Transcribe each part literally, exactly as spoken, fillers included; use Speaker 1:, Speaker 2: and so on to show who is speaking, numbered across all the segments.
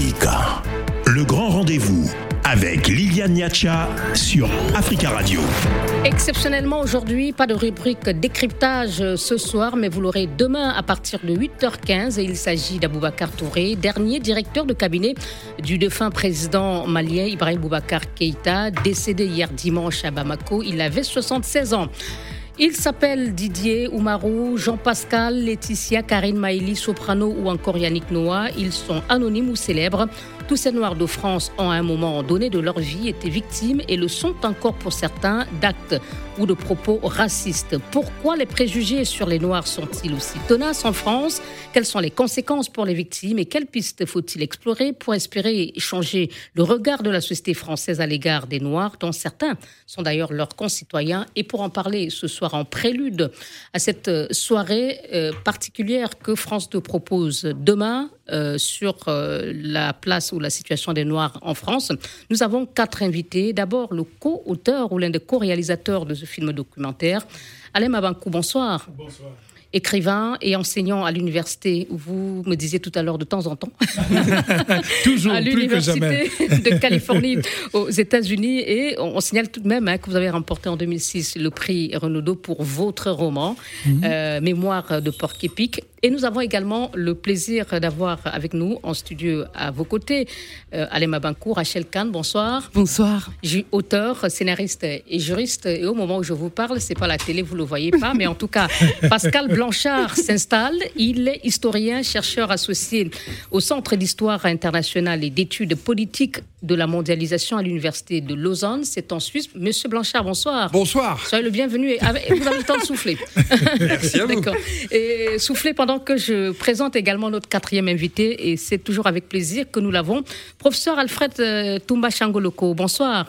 Speaker 1: Africa. Le grand rendez-vous avec Liliane Niacha sur Africa Radio.
Speaker 2: Exceptionnellement aujourd'hui, pas de rubrique décryptage ce soir, mais vous l'aurez demain à partir de huit heures quinze. Et il s'agit d'Aboubacar Touré, dernier directeur de cabinet du défunt président malien Ibrahim Boubacar Keïta, décédé hier dimanche à Bamako. Il avait soixante-seize ans. Il s'appelle Didier Oumarou, Jean-Pascal, Laetitia, Karine Maïli, Soprano ou encore Yannick Noah. Ils sont anonymes ou célèbres. Tous ces Noirs de France ont à un moment donné de leur vie été victimes et le sont encore pour certains d'actes ou de propos racistes. Pourquoi les préjugés sur les Noirs sont-ils aussi tenaces en France ? Quelles sont les conséquences pour les victimes et quelles pistes faut-il explorer pour espérer changer le regard de la société française à l'égard des Noirs, dont certains sont d'ailleurs leurs concitoyens ? Et pour en parler ce soir en prélude à cette soirée euh, particulière que France deux propose demain euh, sur euh, la place ou la situation des Noirs en France, nous avons quatre invités. D'abord, le co-auteur ou l'un des co-réalisateurs de ce film documentaire, Alain Mabankou, bonsoir.
Speaker 3: Bonsoir.
Speaker 2: Écrivain et enseignant à l'université, vous me disiez tout à l'heure de temps en temps,
Speaker 3: toujours,
Speaker 2: à
Speaker 3: plus que jamais.
Speaker 2: l'université de Californie aux États-Unis. Et on, on signale tout de même hein, que vous avez remporté en deux mille six le prix Renaudot pour votre roman, mmh. euh, Mémoire de Porc-Épic. Et nous avons également le plaisir d'avoir avec nous en studio à vos côtés euh, Alain Mabankou, Rachel Kahn, bonsoir.
Speaker 4: Bonsoir.
Speaker 2: Je suis auteur, scénariste et juriste. Et au moment où je vous parle, c'est pas la télé, vous le voyez pas, mais en tout cas, Pascal Blanchard s'installe. Il est historien, chercheur associé au Centre d'histoire internationale et d'études politiques de la mondialisation à l'université de Lausanne. C'est en Suisse. Monsieur Blanchard, bonsoir.
Speaker 5: Bonsoir.
Speaker 2: Soyez le bienvenu. Et avec, vous avez le temps de souffler.
Speaker 5: Merci à vous.
Speaker 2: D'accord. Et souffler pendant que je présente également notre quatrième invité, et c'est toujours avec plaisir que nous l'avons, professeur Alfred euh, Toumba Changoloko. Bonsoir.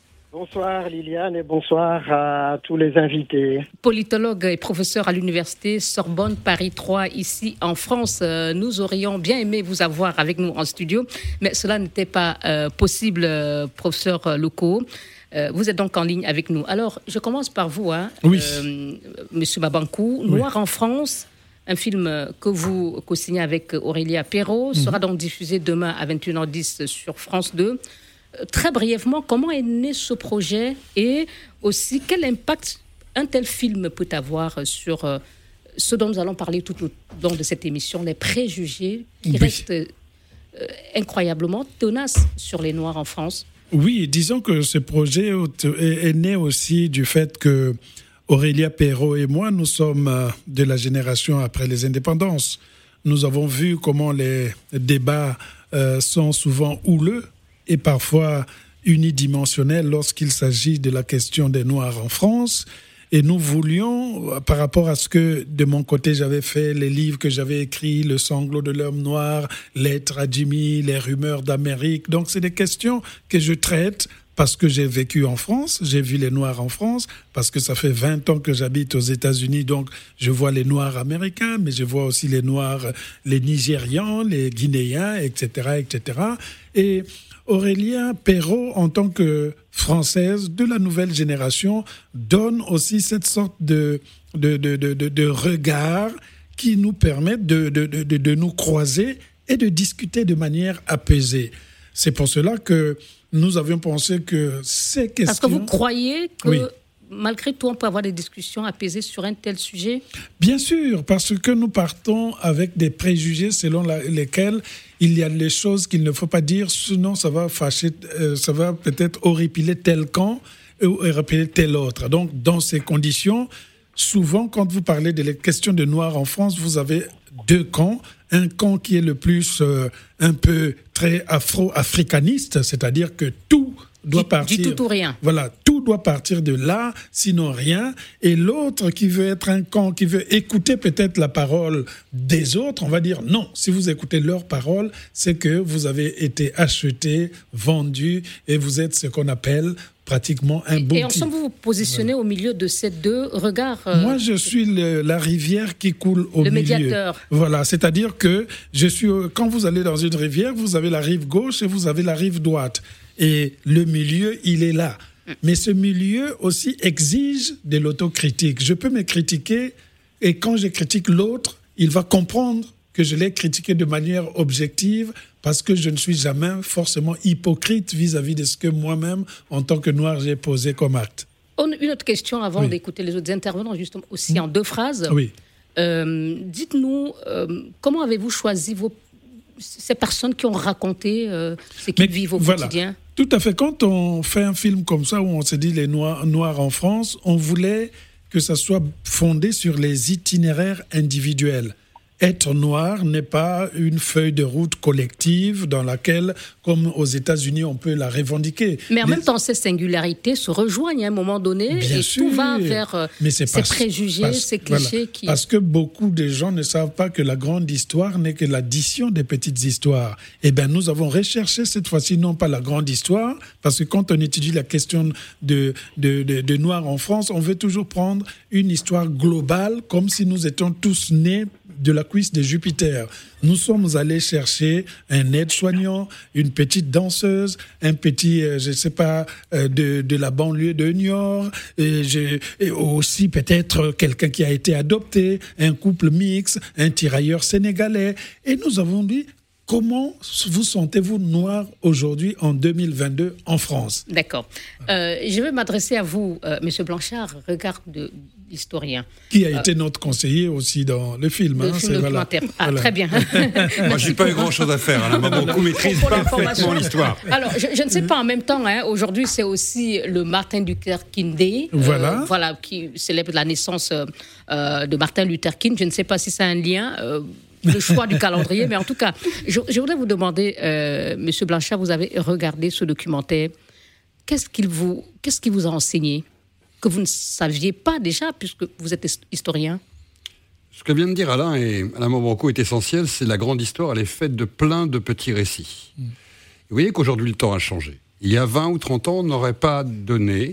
Speaker 6: Bonsoir Liliane et bonsoir à tous les invités.
Speaker 2: Politologue et professeur à l'université Sorbonne Paris trois ici en France. Euh, nous aurions bien aimé vous avoir avec nous en studio, mais cela n'était pas euh, possible, euh, professeur Loko. Euh, vous êtes donc en ligne avec nous. Alors, je commence par vous, hein,
Speaker 3: oui.
Speaker 2: euh, Monsieur Mabankou. Noir oui. en France, un film que vous co-signez avec Aurélia Perrault, mm-hmm. sera donc diffusé demain à vingt et une heures dix sur France deux. Euh, très brièvement, comment est né ce projet et aussi quel impact un tel film peut avoir sur euh, ce dont nous allons parler tout au long de cette émission, les préjugés qui oui. restent euh, incroyablement tenaces sur les Noirs en France?
Speaker 3: Oui, disons que ce projet est né aussi du fait que Aurélia Perrault et moi, nous sommes de la génération après les indépendances. Nous avons vu comment les débats euh, sont souvent houleux et parfois unidimensionnels lorsqu'il s'agit de la question des Noirs en France. Et nous voulions, par rapport à ce que, de mon côté, j'avais fait, les livres que j'avais écrits, Le sanglot de l'homme noir, Lettres à Jimmy, Les rumeurs d'Amérique. Donc, c'est des questions que je traite parce que j'ai vécu en France, j'ai vu les Noirs en France, parce que ça fait vingt ans que j'habite aux États-Unis, donc je vois les Noirs américains, mais je vois aussi les Noirs, les Nigérians, les Guinéens, et cetera, et cetera. Et Aurélia Perrault, en tant que Française de la nouvelle génération, donne aussi cette sorte de, de, de, de, de, de regard qui nous permet de, de, de, de nous croiser et de discuter de manière apaisée. C'est pour cela que nous avions pensé que ces questions...
Speaker 2: Parce que vous croyez que...
Speaker 3: Oui.
Speaker 2: Malgré tout, on peut avoir des discussions apaisées sur un tel sujet?
Speaker 3: Bien sûr, parce que nous partons avec des préjugés selon la, lesquels il y a les choses qu'il ne faut pas dire, sinon ça va fâcher, euh, ça va peut-être horripiler tel camp ou horripiler tel autre. Donc, dans ces conditions, souvent, quand vous parlez des questions de Noirs en France, vous avez deux camps. Un camp qui est le plus euh, un peu très afro-africaniste, c'est-à-dire que tout doit
Speaker 2: du,
Speaker 3: partir...
Speaker 2: Du tout ou rien.
Speaker 3: Voilà, tout doit partir de là, sinon rien. Et l'autre qui veut être un camp, qui veut écouter peut-être la parole des autres, on va dire non. Si vous écoutez leur parole, c'est que vous avez été acheté, vendu, et vous êtes ce qu'on appelle pratiquement un bouc.
Speaker 2: Et ensemble, vous vous positionnez voilà. au milieu de ces deux regards.
Speaker 3: Euh, Moi, je suis le, la rivière qui coule au
Speaker 2: le
Speaker 3: milieu.
Speaker 2: Le médiateur.
Speaker 3: Voilà, c'est-à-dire que je suis. Quand vous allez dans une rivière, vous avez la rive gauche et vous avez la rive droite. Et le milieu, il est là. Mais ce milieu aussi exige de l'autocritique. Je peux me critiquer et quand je critique l'autre, il va comprendre que je l'ai critiqué de manière objective parce que je ne suis jamais forcément hypocrite vis-à-vis de ce que moi-même, en tant que Noir, j'ai posé comme acte.
Speaker 2: Une autre question avant oui. d'écouter les autres intervenants, justement aussi mmh. en deux phrases.
Speaker 3: Oui.
Speaker 2: Euh, dites-nous, euh, comment avez-vous choisi vos, ces personnes qui ont raconté euh, ce qu'ils vivent au
Speaker 3: voilà.
Speaker 2: quotidien ?
Speaker 3: Tout à fait. Quand on fait un film comme ça, où on se dit les Noirs, Noirs en France, on voulait que ça soit fondé sur les itinéraires individuels. Être noir n'est pas une feuille de route collective dans laquelle, comme aux États-Unis, on peut la revendiquer.
Speaker 2: Mais en
Speaker 3: Les...
Speaker 2: même temps, ces singularités se rejoignent à un moment donné.
Speaker 3: Bien
Speaker 2: et
Speaker 3: sûr.
Speaker 2: Tout va vers euh,
Speaker 3: Mais c'est
Speaker 2: ces
Speaker 3: parce,
Speaker 2: préjugés,
Speaker 3: parce,
Speaker 2: ces clichés.
Speaker 3: Voilà.
Speaker 2: Qui...
Speaker 3: Parce que beaucoup de gens ne savent pas que la grande histoire n'est que l'addition des petites histoires. Eh bien, nous avons recherché cette fois-ci, non pas la grande histoire, parce que quand on étudie la question de, de, de, de Noirs en France, on veut toujours prendre une histoire globale, comme si nous étions tous nés de la cuisse de Jupiter. Nous sommes allés chercher un aide-soignant, une petite danseuse, un petit, euh, je ne sais pas, euh, de, de la banlieue de Niort, et, je, et aussi peut-être quelqu'un qui a été adopté, un couple mixte, un tirailleur sénégalais. Et nous avons dit, comment vous sentez-vous noir aujourd'hui en deux mille vingt-deux en France ?
Speaker 2: D'accord. Euh, je vais m'adresser à vous, euh, M. Blanchard, regard de l'historien.
Speaker 3: Qui a été euh, notre conseiller aussi dans le film.
Speaker 2: Le
Speaker 3: hein,
Speaker 2: film
Speaker 3: c'est,
Speaker 2: documentaire.
Speaker 3: Voilà.
Speaker 2: Ah,
Speaker 3: voilà.
Speaker 2: Très bien.
Speaker 4: Moi, je n'ai pas eu grand-chose à faire. Elle m'a beaucoup maîtrisé parfaitement l'histoire.
Speaker 2: Alors, je, je ne sais pas, en même temps, hein, aujourd'hui, c'est aussi le Martin Luther King Day.
Speaker 3: Voilà.
Speaker 2: Euh, voilà, qui célèbre la naissance euh, de Martin Luther King. Je ne sais pas si c'est un lien... Euh, le choix du calendrier, mais en tout cas, je, je voudrais vous demander, euh, Monsieur Blanchard, vous avez regardé ce documentaire, qu'est-ce qu'il vous, qu'est-ce qui vous a enseigné que vous ne saviez pas déjà, puisque vous êtes historien ?
Speaker 4: Ce que vient de dire Alain, et Alain Mambrocco est essentiel, c'est la grande histoire, elle est faite de plein de petits récits. Mmh. Vous voyez qu'aujourd'hui, le temps a changé. Il y a vingt ou trente ans, on n'aurait pas donné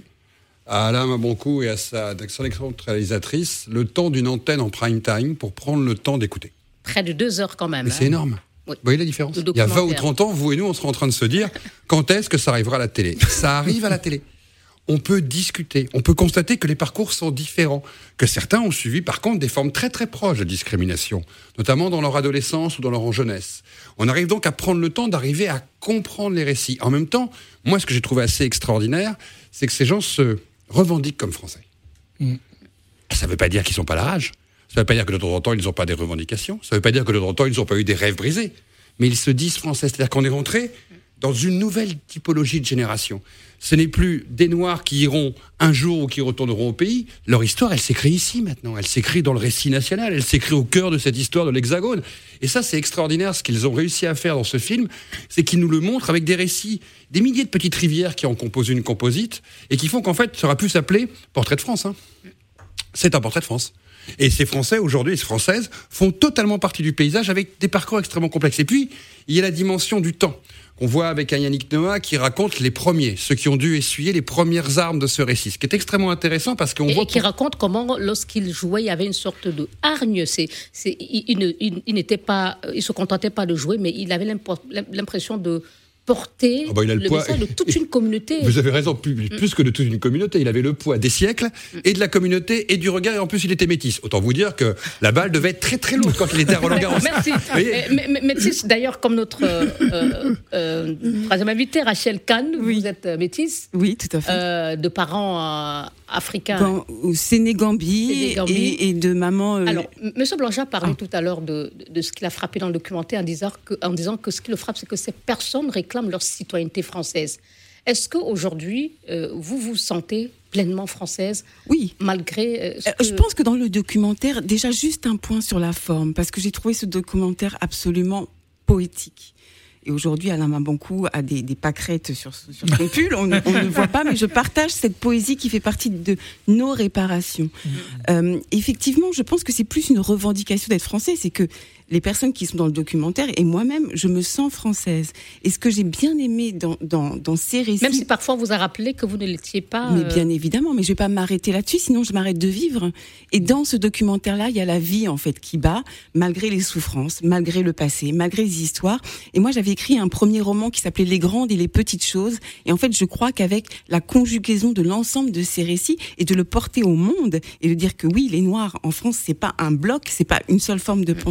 Speaker 4: à Alain Mambrocco et à sa, son excellente réalisatrice le temps d'une antenne en prime time pour prendre le temps d'écouter.
Speaker 2: Près de deux heures quand même.
Speaker 4: Mais
Speaker 2: hein.
Speaker 4: c'est énorme. Oui. Vous voyez la différence ? Il y a vingt ou trente ans, vous et nous, on serait en train de se dire quand est-ce que ça arrivera à la télé ? Ça arrive à la télé. On peut discuter. On peut constater que les parcours sont différents. Que certains ont suivi, par contre, des formes très très proches de discrimination, notamment dans leur adolescence ou dans leur jeunesse. On arrive donc à prendre le temps d'arriver à comprendre les récits. En même temps, moi, ce que j'ai trouvé assez extraordinaire, c'est que ces gens se revendiquent comme français. Mm. Ça ne veut pas dire qu'ils ne sont pas à la rage. Ça ne veut pas dire que de temps en temps, ils n'ont pas des revendications. Ça ne veut pas dire que de temps en temps, ils n'ont pas eu des rêves brisés. Mais ils se disent français. C'est-à-dire qu'on est rentré dans une nouvelle typologie de génération. Ce n'est plus des Noirs qui iront un jour ou qui retourneront au pays. Leur histoire, elle s'écrit ici maintenant. Elle s'écrit dans le récit national. Elle s'écrit au cœur de cette histoire de l'Hexagone. Et ça, c'est extraordinaire. Ce qu'ils ont réussi à faire dans ce film, c'est qu'ils nous le montrent avec des récits, des milliers de petites rivières qui en composent une composite et qui font qu'en fait, ça aurait pu s'appeler Portrait de France. Hein. C'est un portrait de France. Et ces Français, aujourd'hui, et ces Françaises, font totalement partie du paysage avec des parcours extrêmement complexes. Et puis, il y a la dimension du temps, qu'on voit avec un Yannick Noah qui raconte les premiers, ceux qui ont dû essuyer les premières armes de ce récit. Ce qui est extrêmellement intéressant parce qu'on
Speaker 2: et,
Speaker 4: voit...
Speaker 2: Et qui pour... raconte comment, lorsqu'il jouait, il y avait une sorte de hargne. C'est, c'est, il, il, il, il n'était pas... Il ne se contentait pas de jouer, mais il avait l'impression de... porter
Speaker 4: oh bah,
Speaker 2: le
Speaker 4: poids...
Speaker 2: message de toute une communauté.
Speaker 4: Vous avez raison, plus, plus que de toute une communauté. Il avait le poids des siècles et de la communauté et du regard, et en plus il était métis. Autant vous dire que la balle devait être très très lourde quand il était à Roland-Garros.
Speaker 2: Merci. Mais, métis, d'ailleurs, comme notre euh, euh, troisième invité, Rachel Kahn, oui. Vous êtes métisse.
Speaker 5: Oui, tout à fait.
Speaker 2: Euh, de parents euh, africains.
Speaker 5: Dans, au Sénégambie, Sénégambie. Et, et de maman... Euh...
Speaker 2: Alors, M. Blanchard parlait ah. tout à l'heure de, de ce qu'il a frappé dans le documentaire en disant que, en disant que ce qui le frappe, c'est que ces personnes réclament leur citoyenneté française. Est-ce qu'aujourd'hui, euh, vous vous sentez pleinement française ?
Speaker 5: Oui.
Speaker 2: Malgré... Euh, ce
Speaker 5: euh,
Speaker 2: que...
Speaker 5: Je pense que dans le documentaire, déjà juste un point sur la forme, parce que j'ai trouvé ce documentaire absolument poétique. Et aujourd'hui, Alain Mambrocco a des, des pâquerettes sur, sur son pull, on, on ne le voit pas, mais je partage cette poésie qui fait partie de nos réparations. Mmh. Euh, effectivement, je pense que c'est plus une revendication d'être français, c'est que les personnes qui sont dans le documentaire, et moi-même, je me sens française. Et ce que j'ai bien aimé dans, dans, dans ces récits...
Speaker 2: Même si parfois on vous a rappelé que vous ne l'étiez pas...
Speaker 5: Mais bien évidemment, mais je ne vais pas m'arrêter là-dessus, sinon je m'arrête de vivre. Et dans ce documentaire-là, il y a la vie, en fait, qui bat, malgré les souffrances, malgré le passé, malgré les histoires. Et moi, j'avais écrit un premier roman qui s'appelait Les grandes et les petites choses. Et en fait, je crois qu'avec la conjugaison de l'ensemble de ces récits et de le porter au monde et de dire que oui, les Noirs en France, c'est pas un bloc, c'est pas une seule forme de pensée,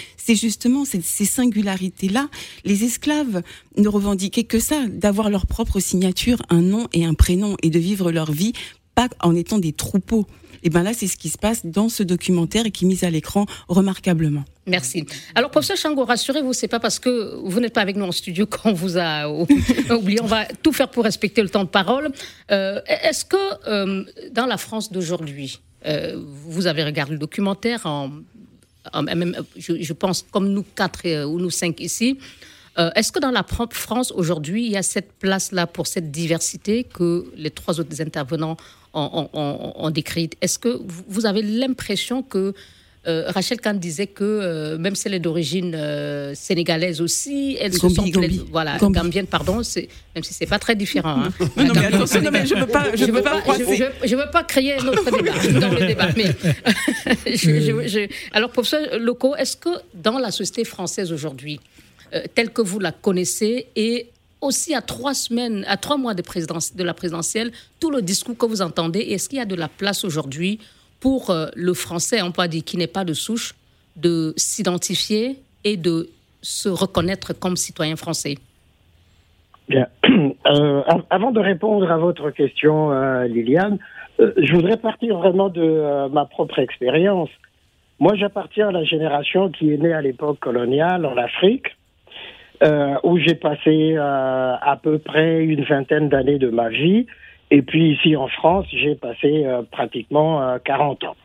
Speaker 5: c'est justement ces, ces singularités-là. Les esclaves ne revendiquaient que ça, d'avoir leur propre signature, un nom et un prénom, et de vivre leur vie pas en étant des troupeaux. Et bien là, c'est ce qui se passe dans ce documentaire et qui est mis à l'écran remarquablement.
Speaker 2: Merci. Alors, professeur Shango, rassurez-vous, c'est pas parce que vous n'êtes pas avec nous en studio qu'on vous a oublié. On va tout faire pour respecter le temps de parole. Euh, est-ce que euh, dans la France d'aujourd'hui, euh, vous avez regardé le documentaire, en, en, même, je, je pense comme nous quatre euh, ou nous cinq ici, euh, est-ce que dans la propre France aujourd'hui, il y a cette place-là pour cette diversité que les trois autres intervenants ont, ont, ont décrite? Est-ce que vous avez l'impression que Euh, Rachel Kahn disait que euh, même si elle est d'origine euh, sénégalaise aussi, elle se sent
Speaker 5: Gambi.
Speaker 2: Voilà,
Speaker 5: Gambi.
Speaker 2: gambienne, pardon, c'est, même si c'est pas très différent. Hein.
Speaker 5: non, mais attention, non, mais je veux pas, je, je veux pas, pas
Speaker 2: je, je, je veux pas créer notre débat dans le débat. Mais je, je, je, alors, professeur Loko, est-ce que dans la société française aujourd'hui, euh, telle que vous la connaissez, et aussi à trois semaines, à trois mois de, de la présidentielle, tout le discours que vous entendez, est-ce qu'il y a de la place aujourd'hui pour euh, le français, on peut dire, qui n'est pas de souche, de s'identifier et de se reconnaître comme citoyen français?
Speaker 6: Bien. Euh, avant de répondre à votre question, euh, Liliane, euh, je voudrais partir vraiment de euh, ma propre expérience. Moi, j'appartiens à la génération qui est née à l'époque coloniale en Afrique, euh, où j'ai passé euh, à peu près une vingtaine d'années de ma vie. Et puis ici en France, j'ai passé euh, pratiquement euh, quarante ans.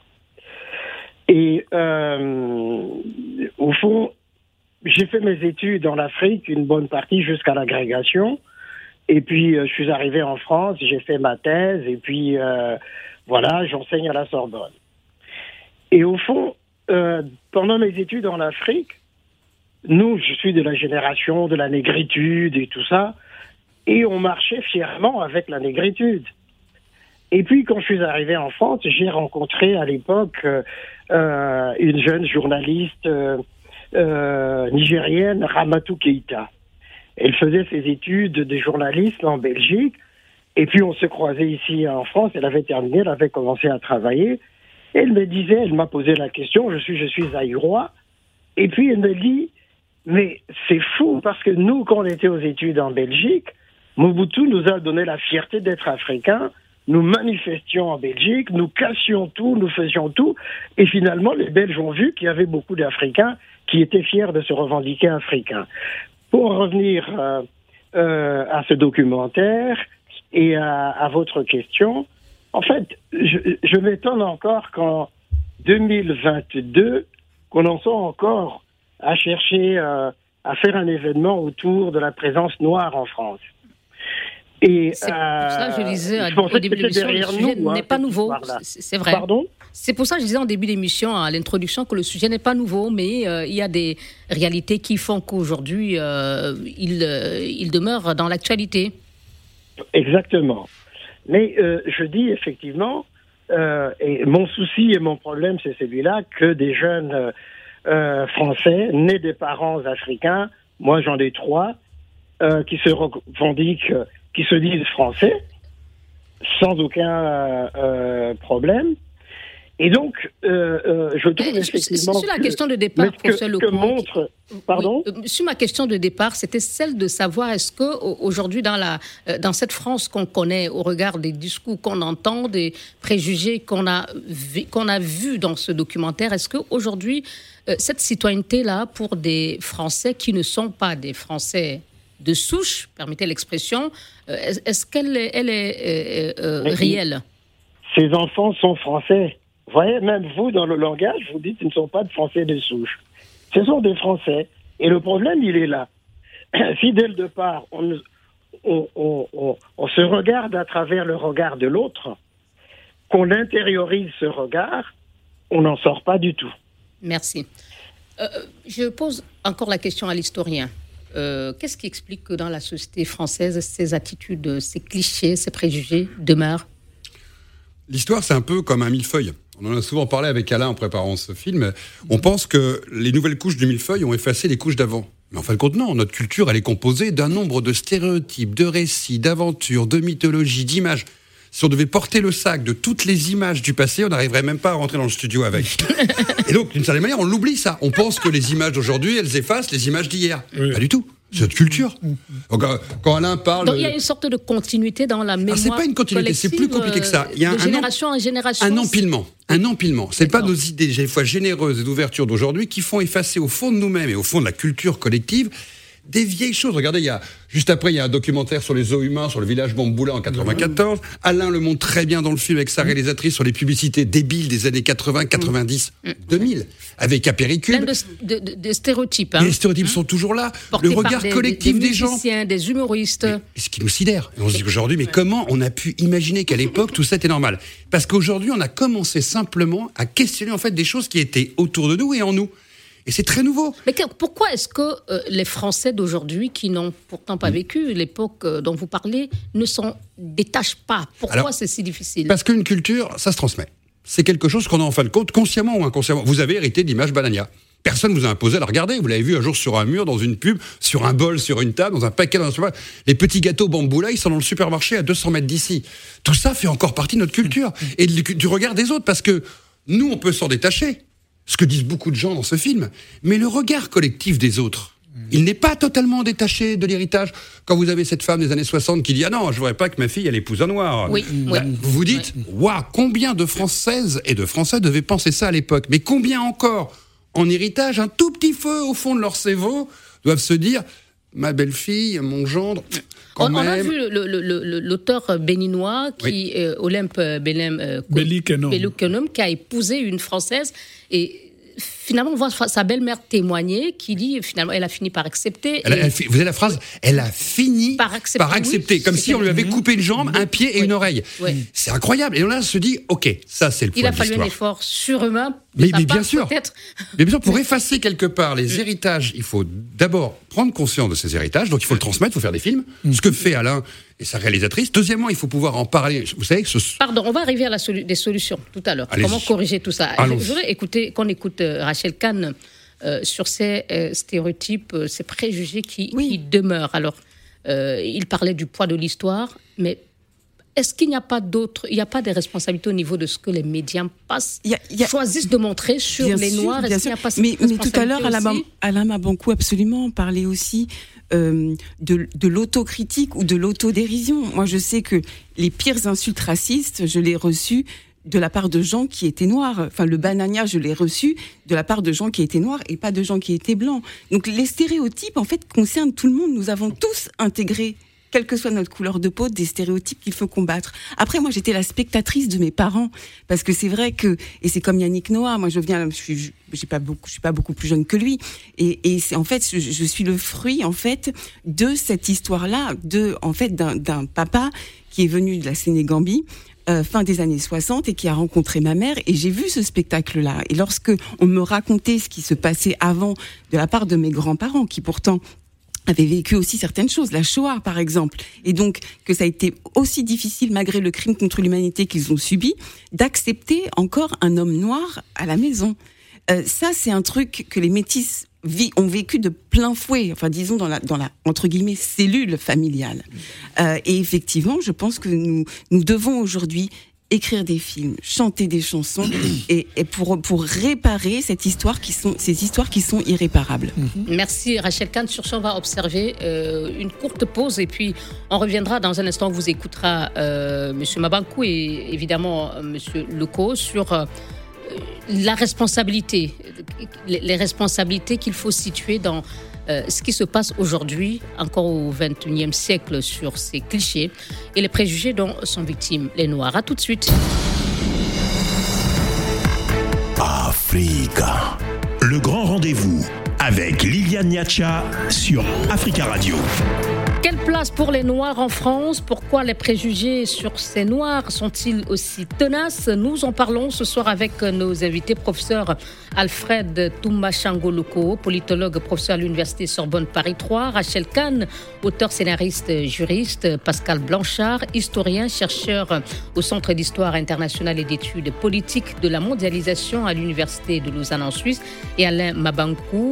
Speaker 6: Et euh, au fond, j'ai fait mes études en Afrique, une bonne partie jusqu'à l'agrégation. Et puis euh, je suis arrivé en France, j'ai fait ma thèse, et puis euh, voilà, j'enseigne à la Sorbonne. Et au fond, euh, pendant mes études en Afrique, nous, je suis de la génération de la négritude et tout ça. Et on marchait fièrement avec la négritude. Et puis, quand je suis arrivé en France, j'ai rencontré à l'époque euh, une jeune journaliste euh, euh, nigérienne, Ramatou Keïta. Elle faisait ses études de journaliste en Belgique. Et puis, on se croisait ici en France. Elle avait terminé, elle avait commencé à travailler. Et elle me disait, elle m'a posé la question, je suis, je suis aïrois. Et puis, elle me dit, mais c'est fou, parce que nous, quand on était aux études en Belgique, Mobutu nous a donné la fierté d'être africains, nous manifestions en Belgique, nous cassions tout, nous faisions tout, et finalement les Belges ont vu qu'il y avait beaucoup d'Africains qui étaient fiers de se revendiquer africains. Pour revenir euh, euh, à ce documentaire et à, à votre question, en fait, je, je m'étonne encore qu'en deux mille vingt-deux, qu'on en soit encore à chercher euh, à faire un événement autour de la présence noire en France. Et
Speaker 2: c'est
Speaker 6: euh,
Speaker 2: pour ça que je disais
Speaker 6: je
Speaker 2: au début de l'émission, le sujet
Speaker 6: nous,
Speaker 2: n'est
Speaker 6: hein,
Speaker 2: pas nouveau. C'est, c'est vrai.
Speaker 6: Pardon ?
Speaker 2: C'est pour ça que je disais en début d'émission, à l'introduction, que le sujet n'est pas nouveau, mais euh, il y a des réalités qui font qu'aujourd'hui, euh, il, euh, il demeure dans l'actualité.
Speaker 6: Exactement. Mais euh, je dis effectivement, euh, et mon souci et mon problème, c'est celui-là, que des jeunes euh, Français, nés des parents africains, moi j'en ai trois, euh, qui se revendiquent, qui se disent français, sans aucun euh, problème. Et donc, euh, euh, je trouve effectivement...
Speaker 2: Sur la question de départ, professeur
Speaker 6: Lecomte... Que montre... Pardon
Speaker 2: oui, euh, sur ma question de départ, c'était celle de savoir est-ce qu'aujourd'hui, dans, la, euh, dans cette France qu'on connaît, au regard des discours qu'on entend, des préjugés qu'on a, qu'on a vus dans ce documentaire, est-ce qu'aujourd'hui, euh, cette citoyenneté-là, pour des Français qui ne sont pas des Français de souche, permettez l'expression, euh, est-ce qu'elle est, elle est euh, euh, réelle?
Speaker 6: Ces enfants sont français. Vous voyez, même vous, dans le langage, vous dites qu'ils ne sont pas de Français de souche. Ce sont des Français. Et le problème, il est là. Si dès le départ, on, on, on, on, on se regarde à travers le regard de l'autre, qu'on intériorise ce regard, on n'en sort pas du tout.
Speaker 2: Merci. Euh, je pose encore la question à l'historien. Euh, qu'est-ce qui explique que dans la société française, ces attitudes, ces clichés, ces préjugés demeurent?
Speaker 4: L'histoire, c'est un peu comme un millefeuille. On en a souvent parlé avec Alain en préparant ce film. On pense que les nouvelles couches du millefeuille ont effacé les couches d'avant. Mais en fin de compte, non. Notre culture, elle est composée d'un nombre de stéréotypes, de récits, d'aventures, de mythologies, d'images. si on devait porter le sac de toutes les images du passé, on n'arriverait même pas à rentrer dans le studio avec. Et donc, d'une certaine manière, on l'oublie ça. On pense que les images d'aujourd'hui, elles effacent les images d'hier. Oui. Pas du tout. C'est notre culture. Donc, quand Alain parle...
Speaker 2: Donc il y a une sorte de continuité dans la mémoire.
Speaker 4: Ah, c'est pas une continuité, c'est plus compliqué que ça.
Speaker 2: Il y a de un génération en génération.
Speaker 4: Un empilement. Un empilement. C'est pas nos idées, des fois généreuses et d'ouverture d'aujourd'hui, qui font effacer au fond de nous-mêmes et au fond de la culture collective des vieilles choses. Regardez, il y a, juste après, il y a un documentaire sur les os humains, sur le village Bamboula en quatre-vingt-quatorze. Alain le montre très bien dans le film avec sa réalisatrice sur les publicités débiles des années quatre-vingts, quatre-vingt-dix, deux mille, avec Apéricube.
Speaker 2: Plein de, de, de stéréotypes. Hein.
Speaker 4: Les stéréotypes hein sont toujours là.
Speaker 2: Portés
Speaker 4: le regard
Speaker 2: des,
Speaker 4: collectif
Speaker 2: des, des,
Speaker 4: des gens.
Speaker 2: Des musiciens, des humoristes.
Speaker 4: Mais, ce qui nous sidère. Et on se dit qu'aujourd'hui, mais comment on a pu imaginer qu'à l'époque, tout ça était normal? Parce qu'aujourd'hui, on a commencé simplement à questionner en fait des choses qui étaient autour de nous et en nous. Et c'est très nouveau.
Speaker 2: Mais pourquoi est-ce que euh, les Français d'aujourd'hui, qui n'ont pourtant pas mmh. vécu l'époque euh, dont vous parlez, ne s'en détachent pas? Pourquoi Alors, c'est si difficile?
Speaker 4: Parce qu'une culture, ça se transmet. C'est quelque chose qu'on a en fin de compte, consciemment ou inconsciemment. Vous avez hérité de l'image Banania. Personne ne vous a imposé à la regarder. Vous l'avez vu un jour sur un mur, dans une pub, sur un bol, sur une table, dans un paquet, dans un supermarché. Les petits gâteaux Bamboula, ils sont dans le supermarché à deux cents mètres d'ici. Tout ça fait encore partie de notre culture. Et du, du regard des autres, parce que nous, on peut s'en détacher. Ce que disent beaucoup de gens dans ce film, mais le regard collectif des autres, il n'est pas totalement détaché de l'héritage. Quand vous avez cette femme des années soixante qui dit « Ah non, je ne voudrais pas que ma fille elle épouse un noir
Speaker 2: oui, »,
Speaker 4: bah,
Speaker 2: oui.
Speaker 4: vous vous dites « Waouh, combien de Françaises et de Français devaient penser ça à l'époque ?» Mais combien encore, en héritage, un tout petit feu au fond de leur cerveau, doivent se dire « Ma belle-fille, mon gendre... »
Speaker 2: On, on a vu le, le, le, l'auteur béninois, qui, oui. euh, Olympe Belem, euh, Bellukenum, qui a épousé une Française. Et finalement, on voit sa belle-mère témoigner, qui dit, finalement, elle a fini par accepter.
Speaker 4: Elle a, elle, vous avez la phrase, elle a fini par accepter, par accepter oui, comme si on lui avait coupé une jambe, un pied et oui. une oreille. Oui. C'est incroyable. Et on se dit, ok, ça c'est le point
Speaker 2: Il a
Speaker 4: de
Speaker 2: fallu
Speaker 4: l'histoire.
Speaker 2: un effort surhumain.
Speaker 4: Mais, mais bien sûr. Mais bien sûr, pour effacer quelque part les héritages, il faut d'abord prendre conscience de ces héritages. Donc il faut le transmettre, il faut faire des films. Ce que fait Alain et sa réalisatrice. Deuxièmement, il faut pouvoir en parler. Vous savez que ce...
Speaker 2: Pardon, on va arriver à la solu- des solutions tout à l'heure. Allez-y. Comment corriger tout ça? Je voudrais écouter, qu'on écoute euh, Rachel Kahn euh, sur ces euh, stéréotypes, euh, ces préjugés qui, oui. qui demeurent. Alors, euh, il parlait du poids de l'histoire, mais est-ce qu'il n'y a pas d'autres, il n'y a pas des responsabilités au niveau de ce que les médias passent, y a, y a... choisissent de montrer sur bien les sûr, Noirs? Est-ce qu'il n'y a pas cette
Speaker 5: mais, mais tout à l'heure, Alain Mabanckou absolument parlait aussi euh, de, de l'autocritique ou de l'autodérision. Moi, je sais que les pires insultes racistes, je les ai reçues de la part de gens qui étaient noirs. Enfin, le banania, je l'ai reçu de la part de gens qui étaient noirs et pas de gens qui étaient blancs. Donc, les stéréotypes, en fait, concernent tout le monde. Nous avons tous intégré, quelle que soit notre couleur de peau, des stéréotypes qu'il faut combattre. Après, moi, j'étais la spectatrice de mes parents, parce que c'est vrai que, et c'est comme Yannick Noah, moi, je viens, je suis, j'ai pas beaucoup, je suis pas beaucoup plus jeune que lui, et, et c'est en fait, je, je suis le fruit, en fait, de cette histoire-là, de, en fait, d'un, d'un papa qui est venu de la Sénégambie, euh, fin des années soixante, et qui a rencontré ma mère, et j'ai vu ce spectacle-là. Et lorsque on me racontait ce qui se passait avant, de la part de mes grands-parents, qui pourtant avaient vécu aussi certaines choses, la Shoah par exemple, et donc que ça a été aussi difficile, malgré le crime contre l'humanité qu'ils ont subi, d'accepter encore un homme noir à la maison. Euh, ça, c'est un truc que les métis vit, ont vécu de plein fouet, enfin disons dans la, dans la entre guillemets cellule familiale. Euh, et effectivement, je pense que nous, nous devons aujourd'hui écrire des films, chanter des chansons, et, et pour, pour réparer cette histoire qui sont, ces histoires qui sont irréparables.
Speaker 2: Mm-hmm. Merci Rachel Kahn. Sur ce, on va observer euh, une courte pause et puis on reviendra dans un instant. On vous écoutera euh, M. Mabanckou et évidemment euh, M. Lecauz sur euh, la responsabilité, les, les responsabilités qu'il faut situer dans Euh, ce qui se passe aujourd'hui, encore au vingt et unième siècle, sur ces clichés et les préjugés dont sont victimes les Noirs. À tout de suite.
Speaker 1: Africa, le grand rendez-vous avec Liliane Niacha sur Africa Radio.
Speaker 2: Quelle place pour les Noirs en France? Pourquoi les préjugés sur ces Noirs sont-ils aussi tenaces? Nous en parlons ce soir avec nos invités, professeur Alfred Toumba-Shango Lecauz, politologue, professeur à l'université Sorbonne Paris trois, Rachel Kahn, auteur, scénariste, juriste, Pascal Blanchard, historien, chercheur au Centre d'histoire internationale et d'études politiques de la mondialisation à l'université de Lausanne en Suisse, et Alain Mabanckou,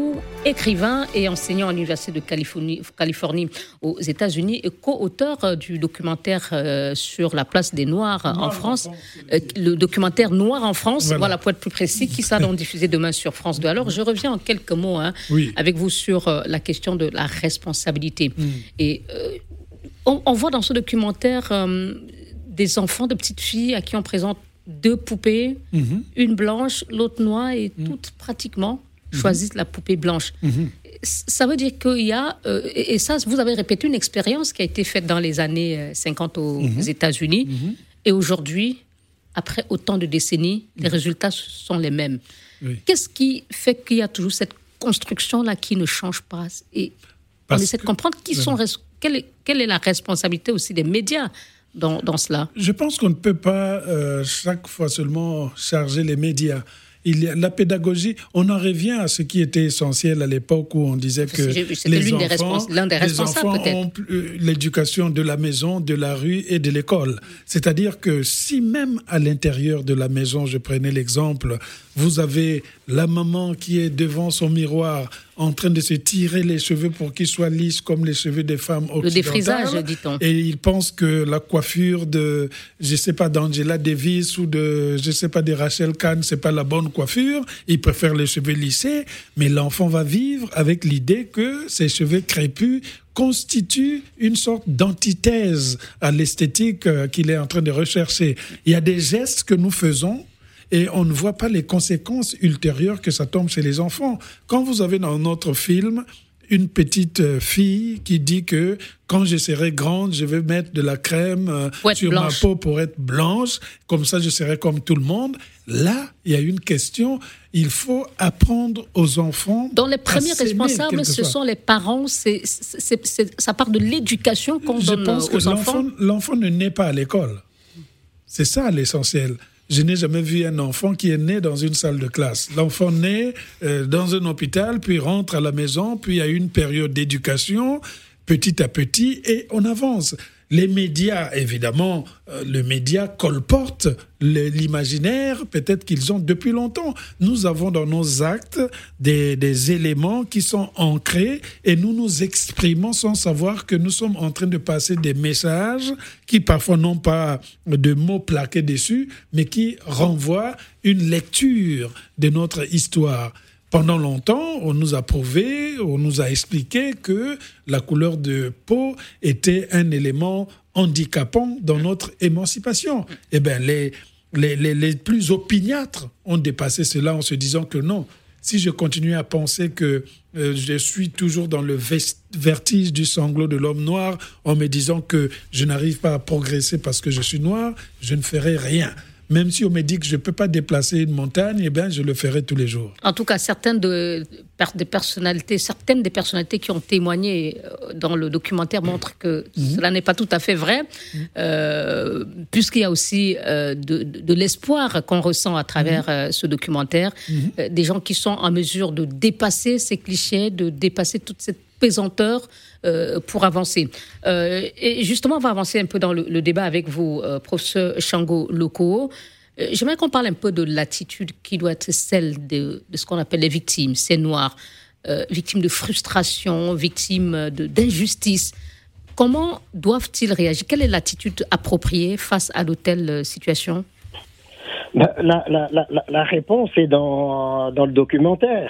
Speaker 2: écrivain et enseignant à l'Université de Californie, Californie aux États-Unis et co-auteur du documentaire euh, sur la place des Noirs Noir en France, en France euh, le documentaire Noir en France, voilà. voilà pour être plus précis, qui sera donc diffusé demain sur France deux. Alors je reviens en quelques mots hein, oui. avec vous sur euh, la question de la responsabilité. Mm. Et euh, on, on voit dans ce documentaire euh, des enfants, de petites filles à qui on présente deux poupées, mm-hmm. une blanche, l'autre noire, et mm. toutes pratiquement mm-hmm. choisissent la poupée blanche. Mm-hmm. Ça veut dire qu'il y a, euh, et ça, vous avez répété une expérience qui a été faite dans les années cinquante aux mm-hmm. États-Unis, mm-hmm. et aujourd'hui, après autant de décennies, mm-hmm. les résultats sont les mêmes. Oui. Qu'est-ce qui fait qu'il y a toujours cette construction-là qui ne change pas? Et Parce on essaie de comprendre qui sont, quelle, est, quelle est la responsabilité aussi des médias Dans, dans cela.
Speaker 3: Je pense qu'on ne peut pas euh, chaque fois seulement charger les médias. Il y a la pédagogie, on en revient à ce qui était essentiel à l'époque où on disait que
Speaker 2: C'était
Speaker 3: les
Speaker 2: enfants,
Speaker 3: des respons-
Speaker 2: l'un des
Speaker 3: les enfants ont l'éducation de la maison, de la rue et de l'école. C'est-à-dire que si même à l'intérieur de la maison, je prenais l'exemple, vous avez la maman qui est devant son miroir en train de se tirer les cheveux pour qu'ils soient lisses comme les cheveux des femmes occidentales.
Speaker 2: Le défrisage, dit-on.
Speaker 3: Et il pense que la coiffure de, je sais pas, d'Angela Davis ou de, je sais pas, de Rachel Kahn, c'est pas la bonne coiffure. Il préfère les cheveux lissés. Mais l'enfant va vivre avec l'idée que ses cheveux crépus constituent une sorte d'antithèse à l'esthétique qu'il est en train de rechercher. Il y a des gestes que nous faisons et on ne voit pas les conséquences ultérieures que ça tombe chez les enfants. Quand vous avez dans notre film une petite fille qui dit que quand je serai grande, je vais mettre de la crème sur blanche. ma peau pour être blanche, comme ça je serai comme tout le monde. Là, il y a une question, il faut apprendre aux enfants.
Speaker 2: Dont les premiers responsables, ce sont les parents, c'est, c'est, c'est, ça part de l'éducation qu'on je donne pense aux
Speaker 3: que
Speaker 2: enfants.
Speaker 3: L'enfant, l'enfant ne naît pas à l'école. C'est ça l'essentiel. Je n'ai jamais vu un enfant qui est né dans une salle de classe. L'enfant naît euh, dans un hôpital, puis rentre à la maison, puis il y a une période d'éducation, petit à petit, et on avance. Les médias, évidemment, euh, le média colporte le, l'imaginaire, peut-être qu'ils ont depuis longtemps. Nous avons dans nos actes des, des éléments qui sont ancrés et nous nous exprimons sans savoir que nous sommes en train de passer des messages qui parfois n'ont pas de mots plaqués dessus, mais qui renvoient une lecture de notre histoire. Pendant longtemps, on nous a prouvé, on nous a expliqué que la couleur de peau était un élément handicapant dans notre émancipation. Eh bien, les, les, les, les plus opiniâtres ont dépassé cela en se disant que non, si je continue à penser que euh, je suis toujours dans le vertige du sanglot de l'homme noir, en me disant que je n'arrive pas à progresser parce que je suis noir, je ne ferai rien. Même si on me dit que je ne peux pas déplacer une montagne, eh bien, je le ferai tous les jours.
Speaker 2: En tout cas, certaines, de, de personnalités, certaines des personnalités qui ont témoigné dans le documentaire montrent que mmh. cela n'est pas tout à fait vrai, mmh. euh, puisqu'il y a aussi euh, de, de l'espoir qu'on ressent à travers mmh. euh, ce documentaire, mmh. euh, des gens qui sont en mesure de dépasser ces clichés, de dépasser toute cette pesanteur euh, pour avancer. Euh, et justement, on va avancer un peu dans le, le débat avec vous, euh, professeur Shango Lokoo. Euh, j'aimerais qu'on parle un peu de l'attitude qui doit être celle de, de ce qu'on appelle les victimes, ces Noirs, euh, victimes de frustration, victimes de, d'injustice. Comment doivent-ils réagir? Quelle est l'attitude appropriée face à de telles situations?
Speaker 6: La, la, la, la, la réponse est dans, dans le documentaire.